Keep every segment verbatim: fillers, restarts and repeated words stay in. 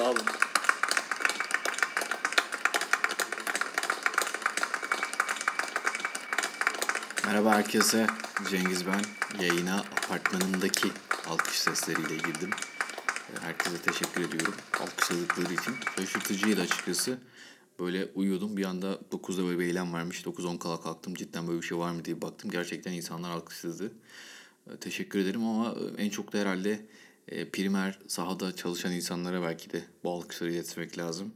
Sağ olun. Merhaba herkese, Cengiz ben. Yayına apartmanımdaki alkış sesleriyle girdim. Herkese teşekkür ediyorum alkışladıkları için. Şaşırtıcıydı açıkçası. Böyle uyuyordum, bir anda dokuzda böyle bir eylem varmış. dokuz on kala kalktım, cidden böyle bir şey var mı diye baktım. Gerçekten insanlar alkışladı. Teşekkür ederim ama en çok da herhalde primer sahada çalışan insanlara belki de bu alkışları iletmek lazım.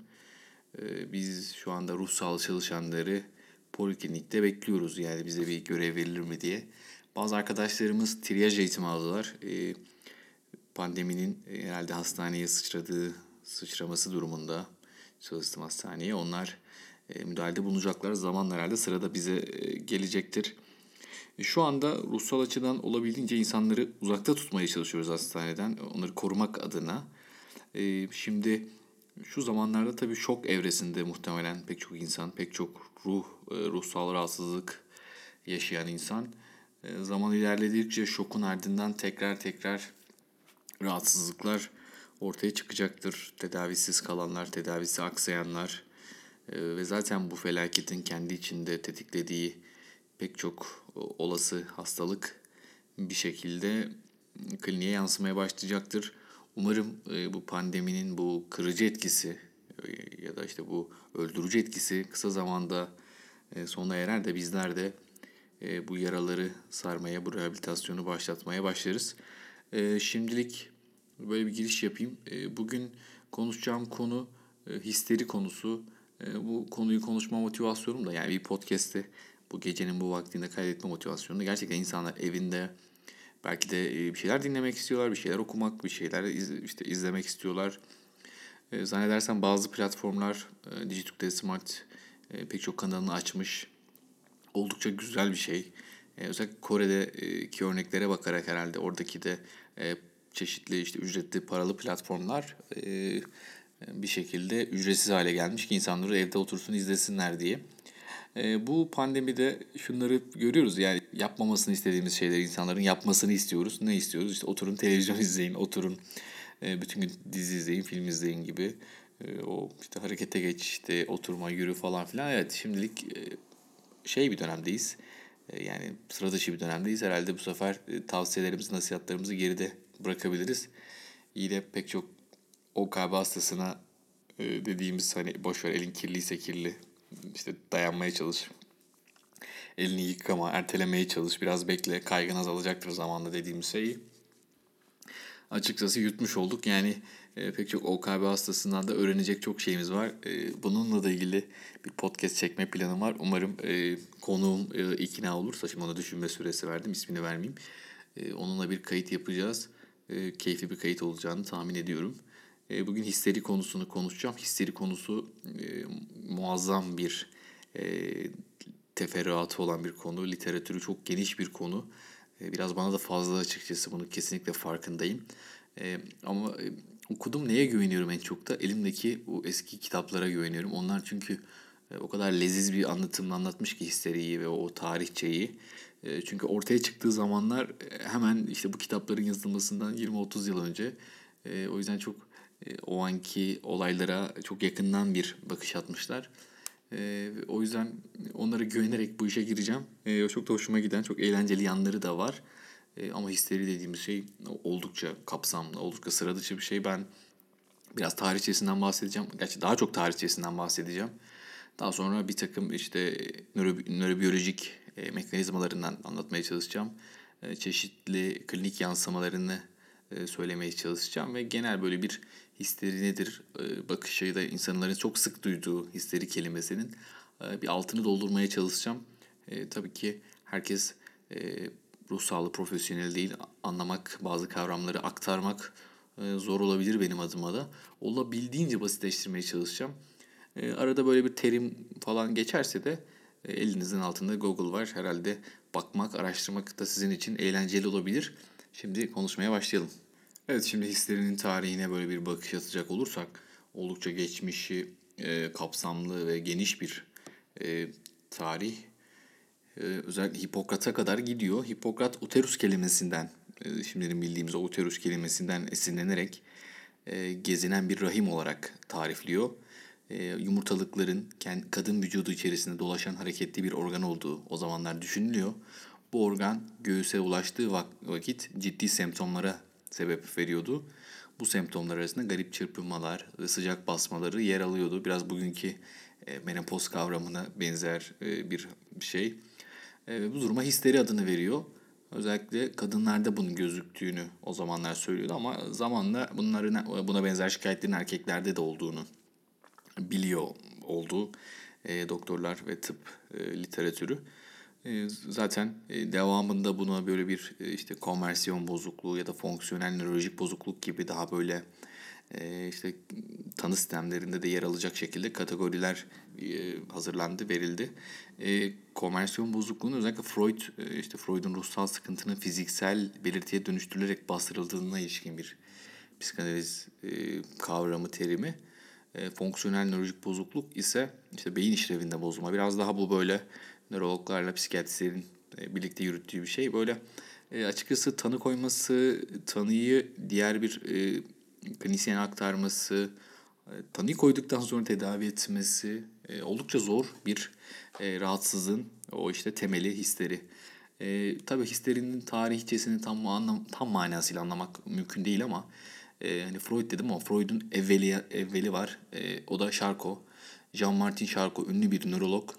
Biz şu anda ruh sağlığı çalışanları poliklinikte bekliyoruz, yani bize bir görev verilir mi diye. Bazı arkadaşlarımız triyaj eğitimi aldılar. Ee, pandeminin herhalde hastaneye sıçradığı, sıçraması durumunda çalıştım hastaneye. Onlar e, müdahalede bulunacaklar. Zamanla herhalde sırada bize e, gelecektir. E, şu anda ruhsal açıdan olabildiğince insanları uzakta tutmaya çalışıyoruz hastaneden. Onları korumak adına. E, şimdi şu zamanlarda tabii şok evresinde muhtemelen pek çok insan, pek çok ruh, e, ruhsal rahatsızlık yaşayan insan e, zaman ilerledikçe şokun ardından tekrar tekrar rahatsızlıklar ortaya çıkacaktır. Tedavisiz kalanlar, tedavisi aksayanlar e, ve zaten bu felaketin kendi içinde tetiklediği pek çok olası hastalık bir şekilde kliniğe yansımaya başlayacaktır. Umarım e, bu pandeminin bu kırıcı etkisi e, ya da işte bu öldürücü etkisi kısa zamanda e, sona erer de bizler de e, bu yaraları sarmaya, bu rehabilitasyonu başlatmaya başlarız. E, şimdilik böyle bir giriş yapayım. E, bugün konuşacağım konu e, histeri konusu. E, bu konuyu konuşma motivasyonum da, yani bir podcast'te bu gecenin bu vaktinde kaydetme motivasyonu da gerçekten insanlar evinde belki de e, bir şeyler dinlemek istiyorlar, bir şeyler okumak, bir şeyler iz, işte izlemek istiyorlar. E, zannedersem bazı platformlar e, Dijitürk'te Smart e, pek çok kanalını açmış. Oldukça güzel bir şey. E, özellikle Kore'deki örneklere bakarak herhalde oradaki de e, çeşitli işte ücretli paralı platformlar e, bir şekilde ücretsiz hale gelmiş ki insanları evde otursun izlesinler diye. E, bu pandemide şunları görüyoruz, yani yapmamasını istediğimiz şeyleri insanların yapmasını istiyoruz. Ne istiyoruz? İşte oturun televizyon izleyin, oturun e, bütün gün dizi izleyin, film izleyin gibi. E, o işte harekete geç, işte oturma, yürü falan filan. Evet, şimdilik e, şey bir dönemdeyiz. E, yani sıra dışı bir dönemdeyiz. Herhalde bu sefer e, tavsiyelerimizi, nasihatlarımızı geride bırakabiliriz. Yine pek çok O K B hastasına e, dediğimiz hani boş ver, elin kirliyse kirli, işte dayanmaya çalış. Elini yıkama, ertelemeye çalış, biraz bekle, kaygın azalacaktır zamanla dediğimiz şeyi açıkçası yutmuş olduk. Yani e, pek çok O K B hastasından da öğrenecek çok şeyimiz var. E, bununla da ilgili bir podcast çekme planım var. Umarım e, konuğum e, ikna olursa, şimdi ona düşünme süresi verdim, ismini vermeyeyim. E, onunla bir kayıt yapacağız. E, keyifli bir kayıt olacağını tahmin ediyorum. E, bugün histeri konusunu konuşacağım. Histeri konusu e, muazzam bir e, teferruatı olan bir konu. Literatürü çok geniş bir konu. E, biraz bana da fazla açıkçası, bunu kesinlikle farkındayım. E, ama e, okudum, neye güveniyorum en çok da? Elimdeki bu eski kitaplara güveniyorum. Onlar çünkü e, o kadar leziz bir anlatımla anlatmış ki histeriyi ve o tarihçeyi. E, çünkü ortaya çıktığı zamanlar e, hemen işte bu kitapların yazılmasından yirmi otuz yıl önce. E, o yüzden çok e, o anki olaylara çok yakından bir bakış atmışlar. Ee, o yüzden onlara güvenerek bu işe gireceğim. Ee, çok da hoşuma giden, çok eğlenceli yanları da var. Ee, ama histeri dediğimiz şey oldukça kapsamlı, oldukça sıra dışı bir şey. Ben biraz tarihçesinden bahsedeceğim. Gerçi daha çok tarihçesinden bahsedeceğim. Daha sonra bir takım işte nöro, nörobiyolojik e, mekanizmalarından anlatmaya çalışacağım. E, çeşitli klinik yansımalarını e, söylemeye çalışacağım ve genel böyle bir histeri nedir e, bakışı da insanların çok sık duyduğu histeri kelimesinin e, bir altını doldurmaya çalışacağım. E, tabii ki herkes e, ruh sağlığı profesyoneli değil, anlamak, bazı kavramları aktarmak e, zor olabilir benim adıma da. Olabildiğince basitleştirmeye çalışacağım. E, arada böyle bir terim falan geçerse de e, elinizin altında Google var. Herhalde bakmak, araştırmak da sizin için eğlenceli olabilir. Şimdi konuşmaya başlayalım. Evet, şimdi hislerinin tarihine böyle bir bakış atacak olursak oldukça geçmişi e, kapsamlı ve geniş bir e, tarih. E, özellikle Hipokrat'a kadar gidiyor. Hipokrat uterus kelimesinden, e, şimdinin bildiğimiz o uterus kelimesinden esinlenerek e, gezinen bir rahim olarak tarifliyor. E, yumurtalıkların kendi, kadın vücudu içerisinde dolaşan hareketli bir organ olduğu o zamanlar düşünülüyor. Bu organ göğüse ulaştığı vak- vakit ciddi semptomlara sebep veriyordu. Bu semptomlar arasında garip çırpınmalar ve sıcak basmaları yer alıyordu. Biraz bugünkü e, menopoz kavramına benzer e, bir şey. E, bu duruma histeri adını veriyor. Özellikle kadınlarda bunun gözüktüğünü o zamanlar söylüyordu ama zamanla bunların buna benzer şikayetlerin erkeklerde de olduğunu biliyor oldu e, doktorlar ve tıp e, literatürü. E, zaten e, devamında buna böyle bir e, işte konversiyon bozukluğu ya da fonksiyonel nörolojik bozukluk gibi daha böyle e, işte tanı sistemlerinde de yer alacak şekilde kategoriler e, hazırlandı, verildi. E, konversiyon bozukluğunu özellikle Freud, e, işte Freud'un ruhsal sıkıntının fiziksel belirtiye dönüştürülerek bastırıldığına ilişkin bir psikanaliz e, kavramı, terimi. E, fonksiyonel nörolojik bozukluk ise işte beyin işlevinde bozulma. Biraz daha bu böyle nörologlarla psikiyatristlerin e, birlikte yürüttüğü bir şey. Böyle e, açıkçası tanı koyması, tanıyı diğer bir e, klinisyene aktarması, e, tanıyı koyduktan sonra tedavi etmesi e, oldukça zor bir e, rahatsızlığın o işte temeli histeri. E, tabii histerinin tarihçesini tam anlam tam manasıyla anlamak mümkün değil ama e, hani Freud dedim ama Freud'un evveli evveli var. E, o da Charcot. Jean-Martin Charcot ünlü bir nörolog.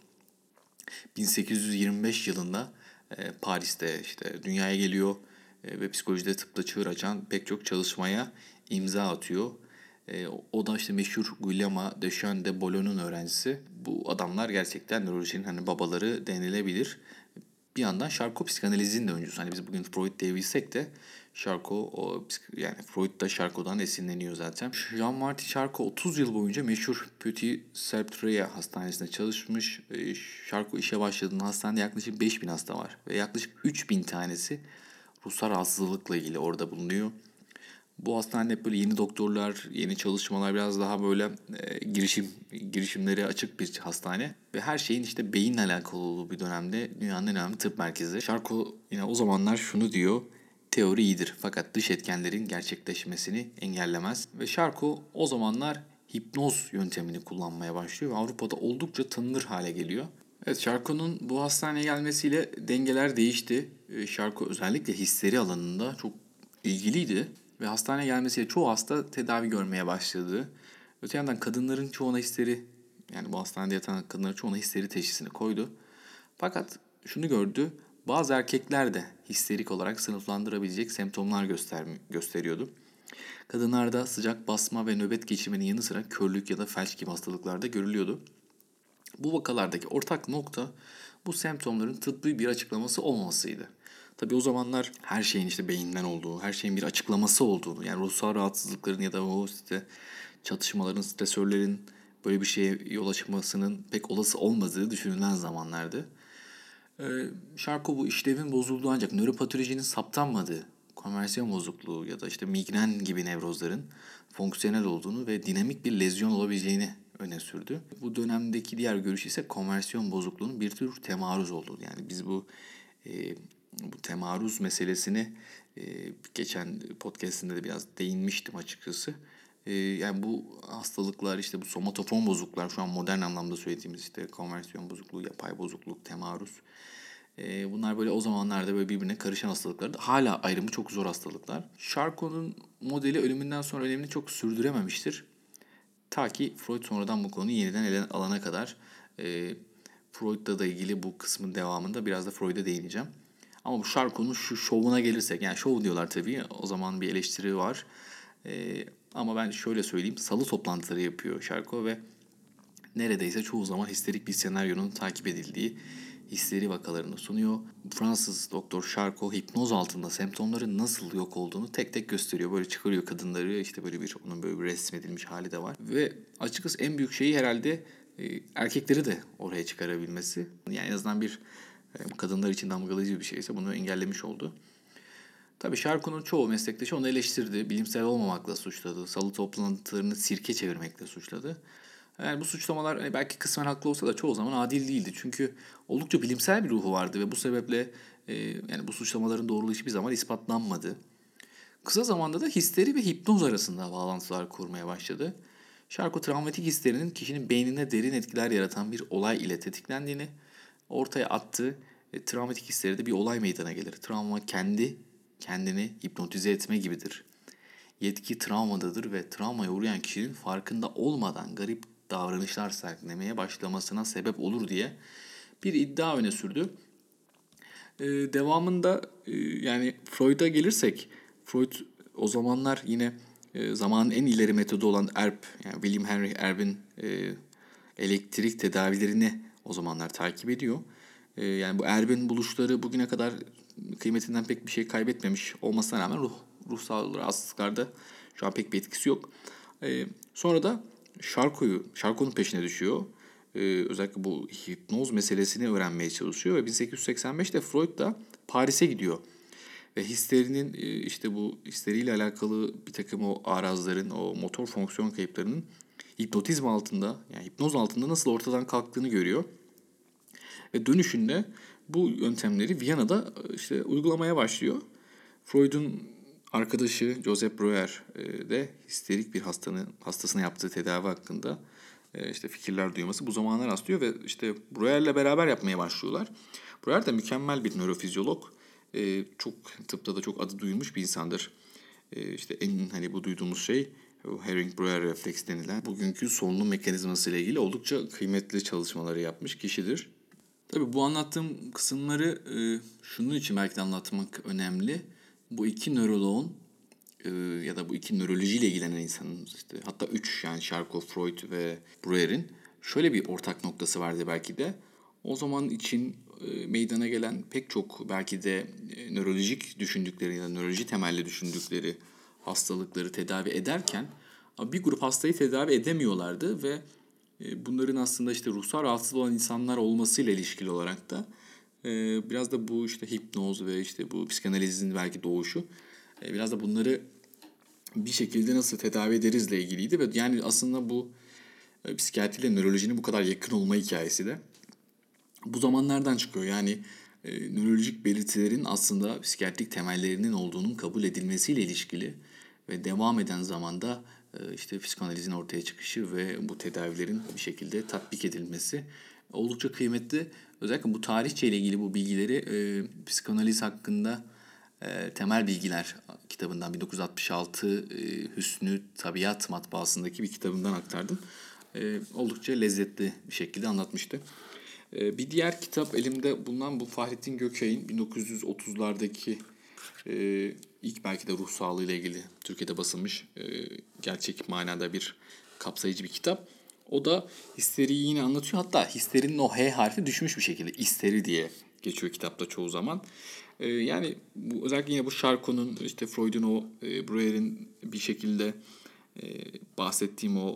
bin sekiz yüz yirmi beş yılında e, Paris'te işte dünyaya geliyor e, ve psikolojide tıpta çığır açan pek çok çalışmaya imza atıyor. E, o da işte meşhur Guillaume Deschamps de Bollon'un öğrencisi. Bu adamlar gerçekten nörolojinin hani babaları denilebilir. Bir yandan Charcot psikanalizin de öncüsü. Hani biz bugün Freud diyebilsek de Charcot o yani Freud da Charcot'dan esinleniyor zaten. Jean-Martin Charcot otuz yıl boyunca meşhur Petit Septria Hastanesi'nde çalışmış. E, Charcot işe başladığında hastanede yaklaşık beş bin hasta var ve yaklaşık üç bin tanesi ruhsal rahatsızlıkla ilgili orada bulunuyor. Bu hastanede hep böyle yeni doktorlar, yeni çalışmalar, biraz daha böyle e, girişim girişimleri açık bir hastane. Ve her şeyin işte beyinle alakalı olduğu bir dönemde dünyanın en önemli tıp merkezi. Charcot yine o zamanlar şunu diyor: teori iyidir fakat dış etkenlerin gerçekleşmesini engellemez. Ve Charcot o zamanlar hipnoz yöntemini kullanmaya başlıyor ve Avrupa'da oldukça tanınır hale geliyor. Evet, Charcot'un bu hastaneye gelmesiyle dengeler değişti. E, Charcot özellikle histeri alanında çok ilgiliydi ve hastaneye gelmesiyle çoğu hasta tedavi görmeye başladı. Öte yandan kadınların çoğuna histeri, yani bu hastanede yatan kadınların çoğuna histeri teşhisini koydu. Fakat şunu gördü: bazı erkekler de histerik olarak sınıflandırabilecek semptomlar göster gösteriyordu. Kadınlarda sıcak basma ve nöbet geçirmenin yanı sıra körlük ya da felç gibi hastalıklar da görülüyordu. Bu vakalardaki ortak nokta bu semptomların tıbbi bir açıklaması olmamasıydı. Tabii o zamanlar her şeyin işte beyinden olduğu, her şeyin bir açıklaması olduğunu, yani ruhsal rahatsızlıkların ya da o işte çatışmaların, stresörlerin böyle bir şeye yol açmasının pek olası olmadığı düşünülen zamanlardı. Ee, Charcot bu işlevin bozulduğu ancak nöropatolojinin saptanmadığı, konversiyon bozukluğu ya da işte migren gibi nevrozların fonksiyonel olduğunu ve dinamik bir lezyon olabileceğini öne sürdü. Bu dönemdeki diğer görüş ise konversiyon bozukluğunun bir tür temaruz olduğu. Yani biz bu e, bu temaruz meselesini e, geçen podcast'inde de biraz değinmiştim açıkçası. E, yani bu hastalıklar, işte bu somatofon bozukluklar, şu an modern anlamda söylediğimiz işte konversiyon bozukluğu, yapay bozukluk, temaruz. E, bunlar böyle o zamanlarda böyle birbirine karışan hastalıklardı. Hala ayrımı çok zor hastalıklar. Charcot'un modeli ölümünden sonra önemini çok sürdürememiştir. Ta ki Freud sonradan bu konuyu yeniden ele alana kadar. E, Freud'la da ilgili bu kısmın devamında biraz da Freud'a değineceğim. Ama bu Charcot'un şu şovuna gelirsek, yani şov diyorlar tabii, o zaman bir eleştiri var. E, ama ben şöyle söyleyeyim: salı toplantıları yapıyor Charcot ve neredeyse çoğu zaman histerik bir senaryonun takip edildiği histeri vakalarını sunuyor. Fransız doktor Charcot hipnoz altında semptomların nasıl yok olduğunu tek tek gösteriyor. Böyle çıkarıyor kadınları, işte böyle bir onun böyle bir resmedilmiş hali de var. Ve açıkçası en büyük şeyi herhalde e, erkekleri de oraya çıkarabilmesi. Yani en azından bir e, kadınlar için damgalayıcı bir şeyse bunu engellemiş oldu. Tabii Charcot'un çoğu meslektaşı onu eleştirdi. Bilimsel olmamakla suçladı. Salı toplantılarını sirke çevirmekle suçladı. Yani bu suçlamalar hani belki kısmen haklı olsa da çoğu zaman adil değildi. Çünkü oldukça bilimsel bir ruhu vardı ve bu sebeple e, yani bu suçlamaların doğruluğu hiçbir zaman ispatlanmadı. Kısa zamanda da histeri ve hipnoz arasında bağlantılar kurmaya başladı. Charcot travmatik histerinin kişinin beynine derin etkiler yaratan bir olay ile tetiklendiğini ortaya attı. E, travmatik histeride bir olay meydana gelir. Travma kendi kendini hipnotize etme gibidir. Yetki travmadadır ve travmaya uğrayan kişinin farkında olmadan garip davranışlar sergilemeye başlamasına sebep olur diye bir iddia öne sürdü. Ee, devamında e, yani Freud'a gelirsek, Freud o zamanlar yine e, zamanın en ileri metodu olan E R P, yani William Henry Erb'in e, elektrik tedavilerini o zamanlar takip ediyor. E, yani bu Erb'in buluşları bugüne kadar kıymetinden pek bir şey kaybetmemiş olmasına rağmen ruh ruhsal rahatsızlıklarda şu an pek bir etkisi yok. E, sonra da Charcot'u, Charcot'un peşine düşüyor. Ee, özellikle bu hipnoz meselesini öğrenmeye çalışıyor ve bin sekiz yüz seksen beşte Freud da Paris'e gidiyor. Ve histerinin e, işte bu histeriyle alakalı bir takım o arazların, o motor fonksiyon kayıplarının hipnotizm altında, yani hipnoz altında nasıl ortadan kalktığını görüyor. Ve dönüşünde bu yöntemleri Viyana'da işte uygulamaya başlıyor. Freud'un arkadaşı Joseph Breuer e, de histerik bir hastanın hastasına yaptığı tedavi hakkında e, işte fikirler duyması bu zamanlar rastlıyor ve işte Breuer'le beraber yapmaya başlıyorlar. Breuer de mükemmel bir nörofizyolog. E, çok tıpta da çok adı duyulmuş bir insandır. E, işte en hani bu duyduğumuz şey Herring-Breuer refleks denilen bugünkü solunum mekanizması ile ilgili oldukça kıymetli çalışmaları yapmış kişidir. Tabii bu anlattığım kısımları e, şunun için belki de anlatmak önemli. Bu iki nöroloğun e, ya da bu iki nörolojiyle ilgilenen insanın işte hatta üç yani Charcot, Freud ve Breuer'in şöyle bir ortak noktası vardı belki de. O zaman için e, meydana gelen pek çok belki de e, nörolojik düşündükleri ya da nöroloji temelli düşündükleri hastalıkları tedavi ederken bir grup hastayı tedavi edemiyorlardı ve bunların aslında işte ruhsal rahatsız olan insanlar olmasıyla ilişkili olarak da biraz da bu işte hipnoz ve işte bu psikanalizin belki doğuşu biraz da bunları bir şekilde nasıl tedavi ederizle ilgiliydi ve yani aslında bu psikiyatriyle nörolojinin bu kadar yakın olma hikayesi de bu zamanlardan çıkıyor. Yani e, nörolojik belirtilerin aslında psikiyatrik temellerinin olduğunun kabul edilmesiyle ilişkili ve devam eden zamanda e, işte psikanalizin ortaya çıkışı ve bu tedavilerin bir şekilde tatbik edilmesi oldukça kıymetli. Özellikle bu tarihçe ile ilgili bu bilgileri e, psikanaliz hakkında e, temel bilgiler kitabından bin dokuz yüz altmış altı e, Hüsnü Tabiat matbaasındaki bir kitabından aktardım. E, oldukça lezzetli bir şekilde anlatmıştı. Bir diğer kitap elimde bulunan bu Fahrettin Gökay'ın bin dokuz yüz otuzlardaki e, ilk belki de ruh sağlığı ile ilgili Türkiye'de basılmış e, gerçek manada bir kapsayıcı bir kitap. O da histeriyi yine anlatıyor. Hatta histerinin o H harfi düşmüş bir şekilde isteri diye geçiyor kitapta çoğu zaman. E, yani bu, özellikle yine bu Charcot'un işte Freud'un o e, Breuer'in bir şekilde e, bahsettiğim o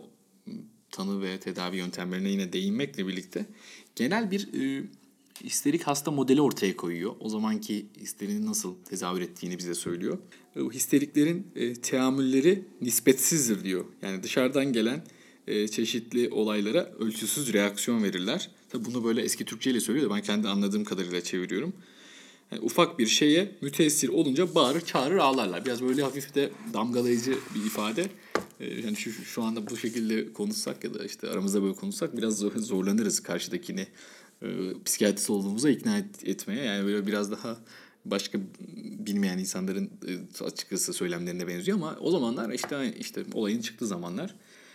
tanı ve tedavi yöntemlerine yine değinmekle birlikte genel bir e, histerik hasta modeli ortaya koyuyor. O zamanki histerinin nasıl tezahür ettiğini bize söylüyor. E, histeriklerin e, teamülleri nispetsizdir diyor. Yani dışarıdan gelen e, çeşitli olaylara ölçüsüz reaksiyon verirler. Tabii bunu böyle eski Türkçe ile söylüyor da ben kendi anladığım kadarıyla çeviriyorum. Yani ufak bir şeye müteessir olunca bağırır, çağırır, ağlarlar. Biraz böyle hafif de damgalayıcı bir ifade. Yani şu, şu anda bu şekilde konuşsak ya da işte aramızda böyle konuşsak biraz zorlanırız karşıdakini e, psikiyatrist olduğumuza ikna et, etmeye. Yani böyle biraz daha başka bilmeyen insanların e, açıkçası söylemlerine benziyor ama o zamanlar işte işte olayın çıktığı zamanlar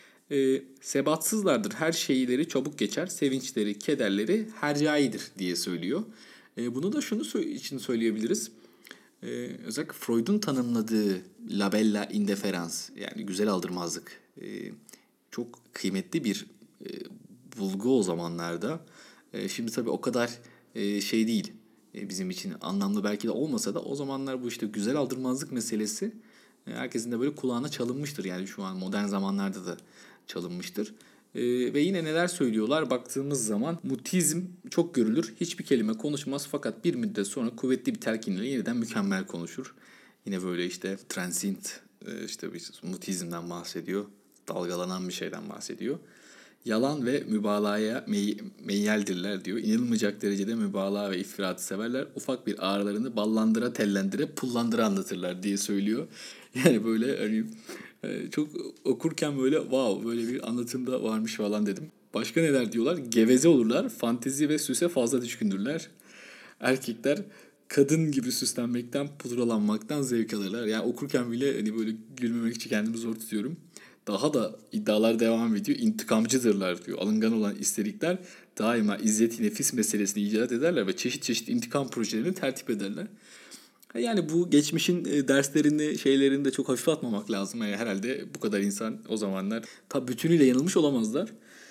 e, sebatsızlardır. Her şeyleri çabuk geçer. Sevinçleri, kederleri hercaidir diye söylüyor. E, bunu da şunu sö- için söyleyebiliriz. Ee, özellikle Freud'un tanımladığı labella indiferans yani güzel aldırmazlık e, çok kıymetli bir e, bulgu o zamanlarda. E, şimdi tabii o kadar e, şey değil e, bizim için anlamlı belki de olmasa da o zamanlar bu işte güzel aldırmazlık meselesi e, herkesin de böyle kulağına çalınmıştır. Yani şu an modern zamanlarda da çalınmıştır. Ee, ve yine neler söylüyorlar baktığımız zaman mutizm çok görülür. Hiçbir kelime konuşmaz fakat bir müddet sonra kuvvetli bir telkinle yeniden mükemmel konuşur. Yine böyle işte transient e, işte bir mutizmden bahsediyor. Dalgalanan bir şeyden bahsediyor. Yalan ve mübalağaya mey- meyyaldirler diyor. İnanılmayacak derecede mübalağa ve iftiratı severler. Ufak bir ağrılarını ballandıra tellendire pullandıra anlatırlar diye söylüyor. Yani böyle hani e, çok okurken böyle wow böyle bir anlatımda varmış falan dedim. Başka neler diyorlar? Geveze olurlar, fantezi ve süse fazla düşkündürler. Erkekler kadın gibi süslenmekten, pudralanmaktan zevk alırlar. Yani okurken bile hani böyle gülmemek için kendimi zor tutuyorum. Daha da iddialar devam ediyor. İntikamcıdırlar diyor. Alıngan olan isterikler daima izzeti nefis meselesini icat ederler ve çeşit çeşit intikam projelerini tertip ederler. Yani bu geçmişin e, derslerini, şeylerini de çok hafife atmamak lazım. Yani herhalde bu kadar insan o zamanlar tabi bütünüyle yanılmış olamazlar.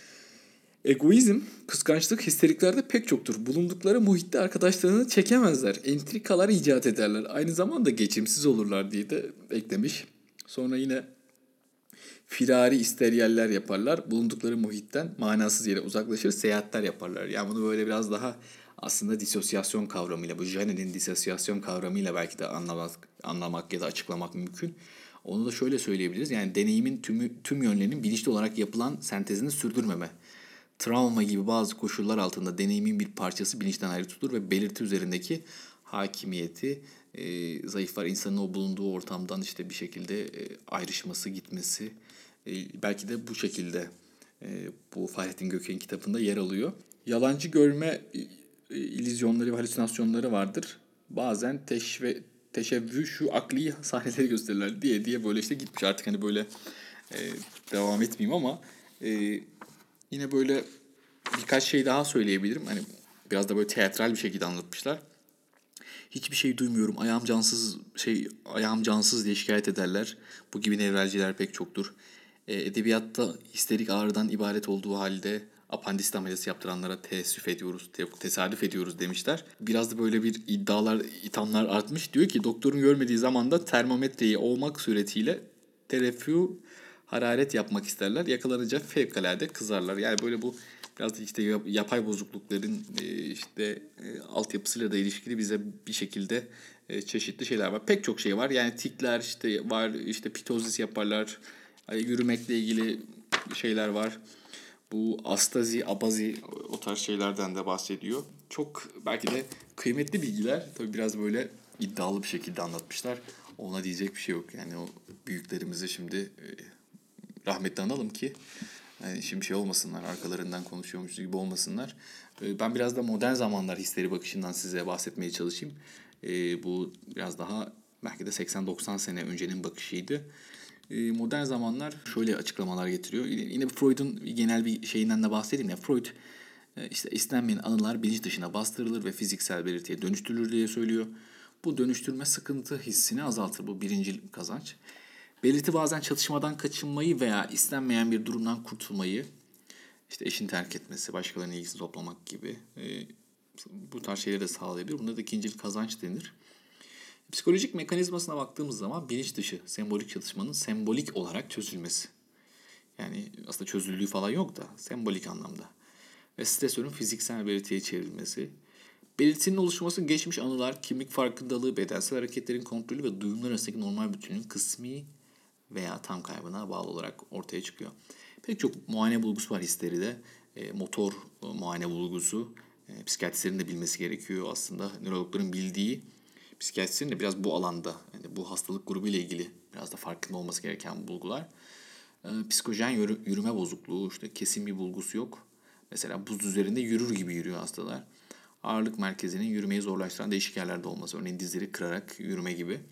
Egoizm, kıskançlık histeriklerde pek çoktur. Bulundukları muhitte arkadaşlarını çekemezler. Entrikalar icat ederler. Aynı zamanda geçimsiz olurlar diye de eklemiş. Sonra yine firari isteryeller yaparlar. Bulundukları muhitten manasız yere uzaklaşır, seyahatler yaparlar. Yani bunu böyle biraz daha aslında disosyasyon kavramıyla, bu Janet'in disosyasyon kavramıyla belki de anlamak, anlamak ya da açıklamak mümkün. Onu da şöyle söyleyebiliriz. Yani deneyimin tümü, tüm yönlerinin bilinçli olarak yapılan sentezini sürdürmeme. Travma gibi bazı koşullar altında deneyimin bir parçası bilinçten ayrı tutulur ve belirti üzerindeki hakimiyeti e, zayıflar. İnsanın o bulunduğu ortamdan işte bir şekilde e, ayrışması, gitmesi e, belki de bu şekilde e, bu Fahrettin Gökay'ın kitabında yer alıyor. Yalancı görme e, illüzyonları ve halüsinasyonları vardır. Bazen teşve, teşebbüh şu akli sahneleri gösterirler diye diye böyle işte gitmiş artık hani böyle e, devam etmeyeyim ama e, yine böyle birkaç şey daha söyleyebilirim. Hani biraz da böyle teatral bir şekilde anlatmışlar. Hiçbir şey duymuyorum. Ayağım cansız şey ayağım cansız diye şikayet ederler. Bu gibi nevvelciler pek çoktur. E, edebiyatta histerik ağrıdan ibaret olduğu halde apandisit ameliyatı yaptıranlara teessüf ediyoruz, te- tesadüf ediyoruz demişler. Biraz da böyle bir iddialar, ithamlar artmış. Diyor ki doktorun görmediği zamanda termometreyi olmak suretiyle terefü hararet yapmak isterler. Yakalanınca fevkalade kızarlar. Yani böyle bu biraz da işte yapay bozuklukların e, işte e, altyapısıyla da ilişkili bize bir şekilde e, çeşitli şeyler var. Pek çok şey var. Yani tikler işte var, işte pitozis yaparlar. Yürümekle ilgili şeyler var. Bu astazi, abazi o tarz şeylerden de bahsediyor. Çok belki de kıymetli bilgiler. Tabii biraz böyle iddialı bir şekilde anlatmışlar. Ona diyecek bir şey yok. Yani o büyüklerimizi şimdi e, rahmetli analım ki yani şimdi şey olmasınlar, arkalarından konuşuyormuş gibi olmasınlar. E, ben biraz da modern zamanlar hisleri bakışından size bahsetmeye çalışayım. E, bu biraz daha belki de seksen doksan sene öncenin bakışıydı. E, modern zamanlar şöyle açıklamalar getiriyor. Yine Freud'un genel bir şeyinden de bahsedeyim ya. Freud e, işte istenmeyen anılar bilinç dışına bastırılır ve fiziksel belirtiye dönüştürülür diye söylüyor. Bu dönüştürme sıkıntı hissini azaltır. Bu birinci kazanç. Belirti bazen çatışmadan kaçınmayı veya istenmeyen bir durumdan kurtulmayı, işte eşin terk etmesi, başkalarının ilgisini toplamak gibi e, bu tarz şeyleri de sağlayabilir. Buna da ikincil kazanç denir. Psikolojik mekanizmasına baktığımız zaman bilinç dışı sembolik çatışmanın sembolik olarak çözülmesi. Yani aslında çözüldüğü falan yok da sembolik anlamda. Ve stresörün fiziksel belirtiye çevrilmesi. Belirtinin oluşması geçmiş anılar, kimlik farkındalığı, bedensel hareketlerin kontrolü ve duyumlar arasındaki normal bütünlüğün kısmi veya tam kaybına bağlı olarak ortaya çıkıyor. Pek çok muayene bulgusu var histeride. E, motor e, muayene bulgusu. E, psikiyatristlerin de bilmesi gerekiyor aslında. Nörologların bildiği, psikiyatristlerin de biraz bu alanda, yani bu hastalık grubu ile ilgili biraz da farkında olması gereken bulgular. E, psikojen yürü, yürüme bozukluğu, işte kesin bir bulgusu yok. Mesela buz üzerinde yürür gibi yürüyor hastalar. Ağırlık merkezinin yürümeyi zorlaştıran değişik yerlerde olması. Örneğin dizleri kırarak yürüme gibi.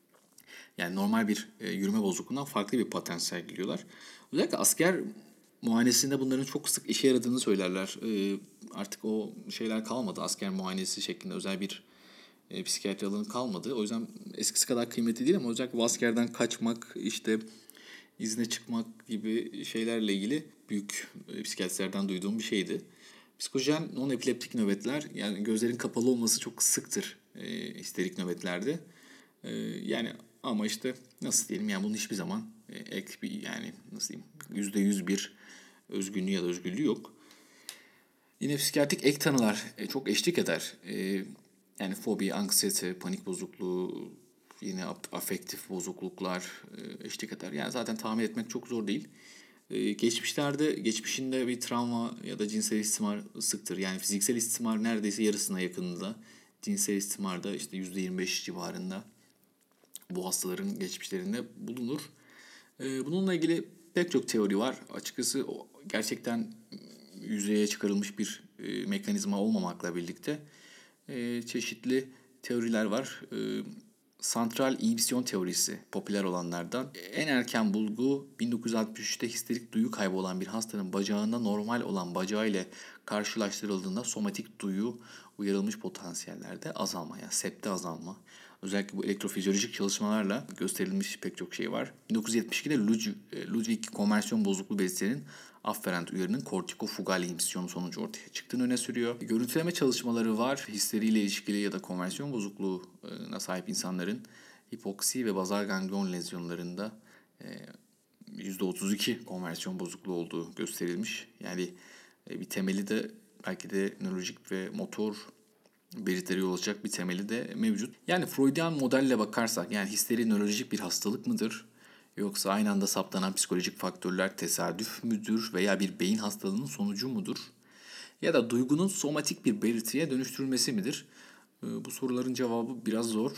Yani normal bir e, yürüme bozukluğundan farklı bir pattern sergiliyorlar. Özellikle asker muayenesinde bunların çok sık işe yaradığını söylerler. E, artık o şeyler kalmadı. Asker muayenesi şeklinde özel bir e, psikiyatri alanı kalmadı. O yüzden eskisi kadar kıymetli değil ama özellikle bu askerden kaçmak, işte izne çıkmak gibi şeylerle ilgili büyük e, psikiyatristlerden duyduğum bir şeydi. Psikojen non-epileptik nöbetler, yani gözlerin kapalı olması çok sıktır e, histerik nöbetlerde. E, yani ama işte nasıl diyelim, yani bunun hiçbir zaman e, ek bir, yani nasıl diyeyim, yüzde yüz bir özgünlüğü ya da özgürlüğü yok. Yine psikiyatrik ek tanılar e, çok eşlik eder. E, yani fobi, anksiyete, panik bozukluğu, yine afektif bozukluklar e, eşlik eder. Yani zaten tahmin etmek çok zor değil. Ee, geçmişlerde, geçmişinde bir travma ya da cinsel istismar sıktır. Yani fiziksel istismar neredeyse yarısına yakınında. Cinsel istismar da işte yüzde yirmi beş civarında bu hastaların geçmişlerinde bulunur. Ee, bununla ilgili pek çok teori var. Açıkçası gerçekten yüzeye çıkarılmış bir e, mekanizma olmamakla birlikte e, çeşitli teoriler var. E, santral inhibisyon teorisi popüler olanlardan. En erken bulgu bin dokuz yüz altmış üçte histerik duyu kaybı olan bir hastanın bacağında normal olan bacağı ile karşılaştırıldığında somatik duyu uyarılmış potansiyellerde azalma, yani septe azalma. Özellikle bu elektrofizyolojik çalışmalarla gösterilmiş pek çok şey var. bin dokuz yüz yetmiş ikide Ludwig konversiyon bozukluğu belirtilerinin afferent uyarının kortikofugal inhibisyonu sonucu ortaya çıktığını öne sürüyor. Görüntüleme çalışmaları var. Histeriyle ilişkili ya da konversiyon bozukluğuna sahip insanların hipoksi ve bazal ganglion lezyonlarında yüzde otuz iki konversiyon bozukluğu olduğu gösterilmiş. Yani bir temeli de belki de nörolojik ve motor belirtilere yol açacak bir temeli de mevcut. Yani Freudian modelle bakarsak, yani histeri nörolojik bir hastalık mıdır? Yoksa aynı anda saptanan psikolojik faktörler tesadüf müdür veya bir beyin hastalığının sonucu mudur? Ya da duygunun somatik bir belirtiye dönüştürülmesi midir? Bu soruların cevabı biraz zor.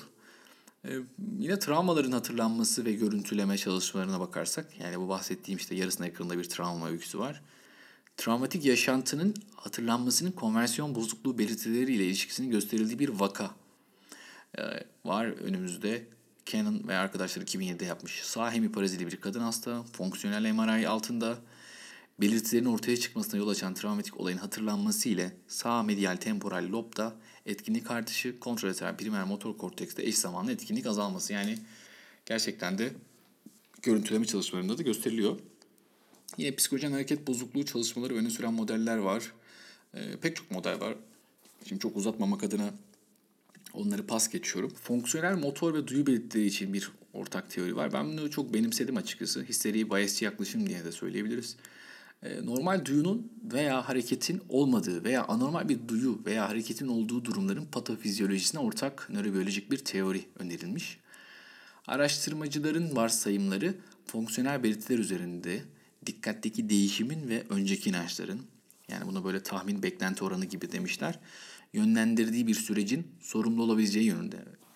Yine travmaların hatırlanması ve görüntüleme çalışmalarına bakarsak, yani bu bahsettiğim işte yarısına yakınında bir travma öyküsü var. Travmatik yaşantının hatırlanmasının konversiyon bozukluğu belirtileriyle ilişkisini gösterildiği bir vaka ee, var önümüzde. Cannon ve arkadaşları iki bin yedide yapmış. Sağ hemiparazili bir kadın hasta, fonksiyonel M R I altında belirtilerin ortaya çıkmasına yol açan travmatik olayın hatırlanması ile sağ medial temporal lobda etkinlik artışı, kontralateral primer motor kortekste eş zamanlı etkinlik azalması. Yani gerçekten de görüntüleme çalışmalarında da gösteriliyor. Yine psikolojik hareket bozukluğu çalışmaları öne süren modeller var. Ee, pek çok model var. Şimdi çok uzatmamak adına onları pas geçiyorum. Fonksiyonel motor ve duyu belirtileri için bir ortak teori var. Ben bunu çok benimsedim açıkçası. Histeriyi biasçı yaklaşım diye de söyleyebiliriz. Ee, normal duyunun veya hareketin olmadığı veya anormal bir duyu veya hareketin olduğu durumların patofizyolojisine ortak nörobiyolojik bir teori önerilmiş. Araştırmacıların varsayımları fonksiyonel belirtiler üzerinde dikkatteki değişimin ve önceki inançların, yani bunu böyle tahmin beklenti oranı gibi demişler, yönlendirdiği bir sürecin sorumlu olabileceği yönünde.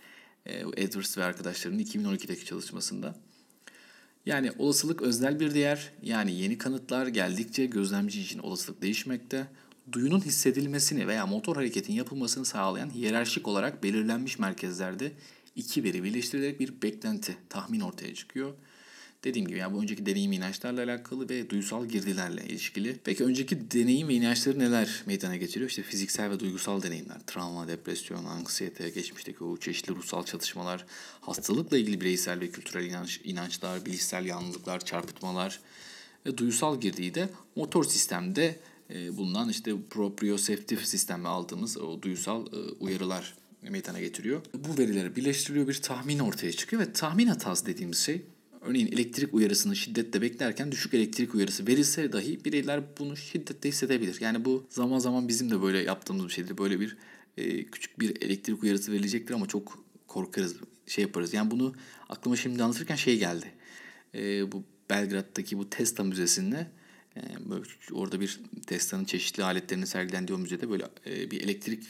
Edwards ve arkadaşlarının iki bin on ikideki çalışmasında. Yani olasılık öznel bir değer, yani yeni kanıtlar geldikçe gözlemci için olasılık değişmekte. Duyunun hissedilmesini veya motor hareketin yapılmasını sağlayan hiyerarşik olarak belirlenmiş merkezlerde iki veri birleştirilerek bir beklenti, tahmin ortaya çıkıyor. Dediğim gibi yani bu önceki deneyim inançlarla alakalı ve duysal girdilerle ilişkili. Peki önceki deneyim ve inançları neler meydana getiriyor? İşte fiziksel ve duygusal deneyimler, travma, depresyon, anksiyete, geçmişteki o çeşitli ruhsal çatışmalar, hastalıkla ilgili bireysel ve kültürel inanç, inançlar, bilişsel yanlılıklar, çarpıtmalar ve duysal girdiği de motor sistemde e, bulunan işte proprioseptif sistemle aldığımız o duysal e, uyarılar meydana getiriyor. Bu verileri birleştiriyor, bir tahmin ortaya çıkıyor ve tahmin hatası dediğimiz şey, örneğin elektrik uyarısını şiddetle beklerken düşük elektrik uyarısı verilse dahi bireyler bunu şiddetle hissedebilir. Yani bu zaman zaman bizim de böyle yaptığımız bir şeydir. Böyle bir e, küçük bir elektrik uyarısı verilecektir ama çok korkarız, şey yaparız. Yani bunu aklıma şimdi anlatırken şey geldi. E, bu Belgrad'daki bu Tesla Müzesi'nde e, böyle orada bir Tesla'nın çeşitli aletlerinin sergilendiği o müzede böyle e, bir elektrik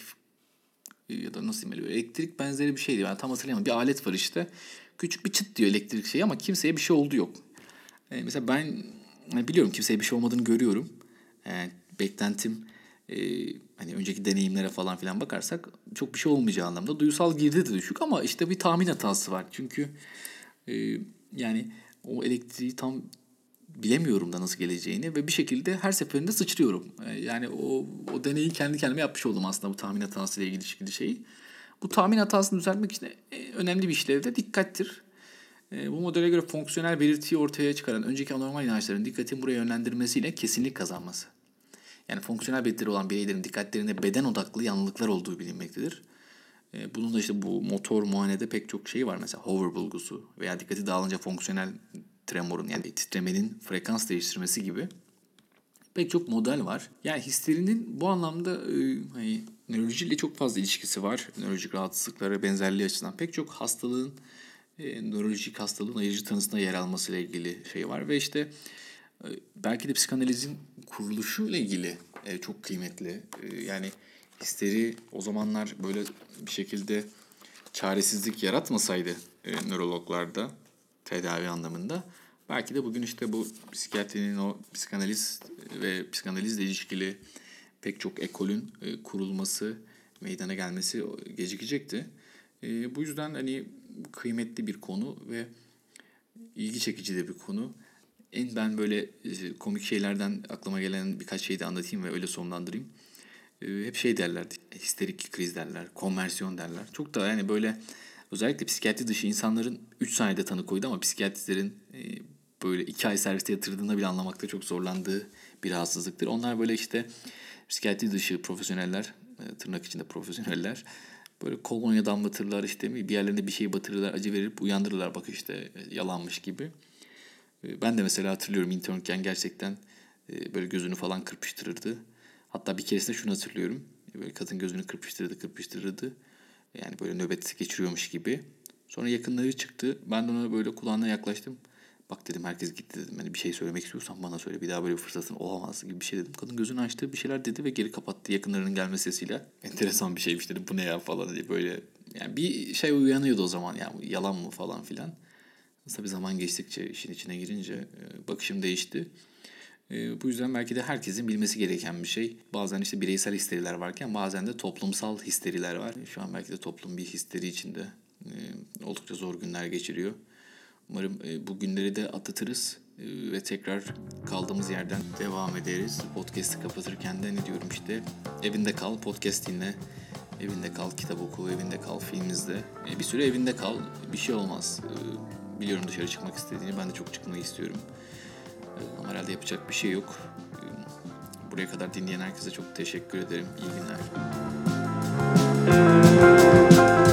ya da nasıl diyeyim, elektrik benzeri bir şeydi. Ben tam hatırlayamadım. Bir alet var işte. Küçük bir çıt diyor elektrik şeyi ama kimseye bir şey oldu yok. E, mesela ben biliyorum kimseye bir şey olmadığını görüyorum. E, beklentim e, hani önceki deneyimlere falan filan bakarsak çok bir şey olmayacağı anlamda. Duysal girdi de düşük ama işte bir tahmin hatası var. Çünkü e, yani o elektriği tam bilemiyorum da nasıl geleceğini ve bir şekilde her seferinde sıçrıyorum. Yani o, o deneyi kendi kendime yapmış oldum aslında bu tahmin hatası ile ilgili şeyi. Bu tahmin hatasını düzeltmek için önemli bir işlev de dikkattir. Bu modele göre fonksiyonel belirtiyi ortaya çıkaran önceki anormal inançların dikkatin buraya yönlendirmesiyle kesinlik kazanması. Yani fonksiyonel belirtileri olan bireylerin dikkatlerinde beden odaklı yanlılıklar olduğu bilinmektedir. Bunun da işte bu motor muayenede pek çok şey var. Mesela hover bulgusu veya dikkati dağılınca fonksiyonel tremorun, yani titremenin frekans değiştirmesi gibi pek çok model var. Yani histerinin bu anlamda e, hani nörolojiyle çok fazla ilişkisi var. Nörolojik rahatsızlıklara benzerliği açısından pek çok hastalığın e, nörolojik hastalığın ayırıcı tanısında yer almasıyla ilgili şey var ve işte e, belki de psikanalizin kuruluşuyla ilgili e, çok kıymetli. E, yani histeri o zamanlar böyle bir şekilde çaresizlik yaratmasaydı e, nörologlarda tedavi anlamında, belki de bugün işte bu psikiyatrinin o psikanaliz ve psikanalizle ilişkili pek çok ekolün e, kurulması, meydana gelmesi gecikecekti. E, bu yüzden hani kıymetli bir konu ve ilgi çekici de bir konu. En ben böyle e, komik şeylerden aklıma gelen birkaç şeyi de anlatayım ve öyle sonlandırayım. E, hep şey derler, histerik kriz derler, konversiyon derler. Çok da yani böyle özellikle psikiyatri dışı insanların üç saniyede tanı koydu ama psikiyatristlerin e, böyle iki ay serviste yatırdığında bile anlamakta çok zorlandığı bir rahatsızlıktır. Onlar böyle işte psikiyatri dışı profesyoneller, e, tırnak içinde profesyoneller, böyle kolonya damlatırlar, işte bir yerlerine bir şey batırırlar, acı verip uyandırırlar, bak işte e, yalanmış gibi. E, Ben de mesela hatırlıyorum internken gerçekten e, böyle gözünü falan kırpıştırırdı. Hatta bir keresinde şunu hatırlıyorum. E, Böyle kadın gözünü kırpıştırırdı, kırpıştırırdı. Yani böyle nöbet geçiriyormuş gibi. Sonra yakınları çıktı. Ben de ona böyle kulağına yaklaştım. Bak dedim, herkes gitti dedim. Hani bir şey söylemek istiyorsan bana söyle. Bir daha böyle bir fırsatın olamaz gibi bir şey dedim. Kadın gözünü açtı, bir şeyler dedi ve geri kapattı yakınlarının gelme sesiyle. Enteresan bir şeymiş dedim. Bu ne ya falan diye böyle. Yani bir şey uyanıyordu o zaman, yani yalan mı falan filan. Tabii zaman geçtikçe, işin içine girince e, bakışım değişti. E, bu yüzden belki de herkesin bilmesi gereken bir şey. Bazen işte bireysel histeriler varken bazen de toplumsal histeriler var. Şu an belki de toplum bir histeri içinde e, oldukça zor günler geçiriyor. Umarım e, bu günleri de atlatırız e, ve tekrar kaldığımız yerden devam ederiz. Podcast'ı kapatırken de ne diyorum işte, evinde kal, podcast dinle. Evinde kal, kitap oku, evinde kal, film izle. E, bir süre evinde kal, bir şey olmaz. E, biliyorum dışarı çıkmak istediğini, ben de çok çıkmayı istiyorum. E, ama herhalde yapacak bir şey yok. E, buraya kadar dinleyen herkese çok teşekkür ederim. İyi günler.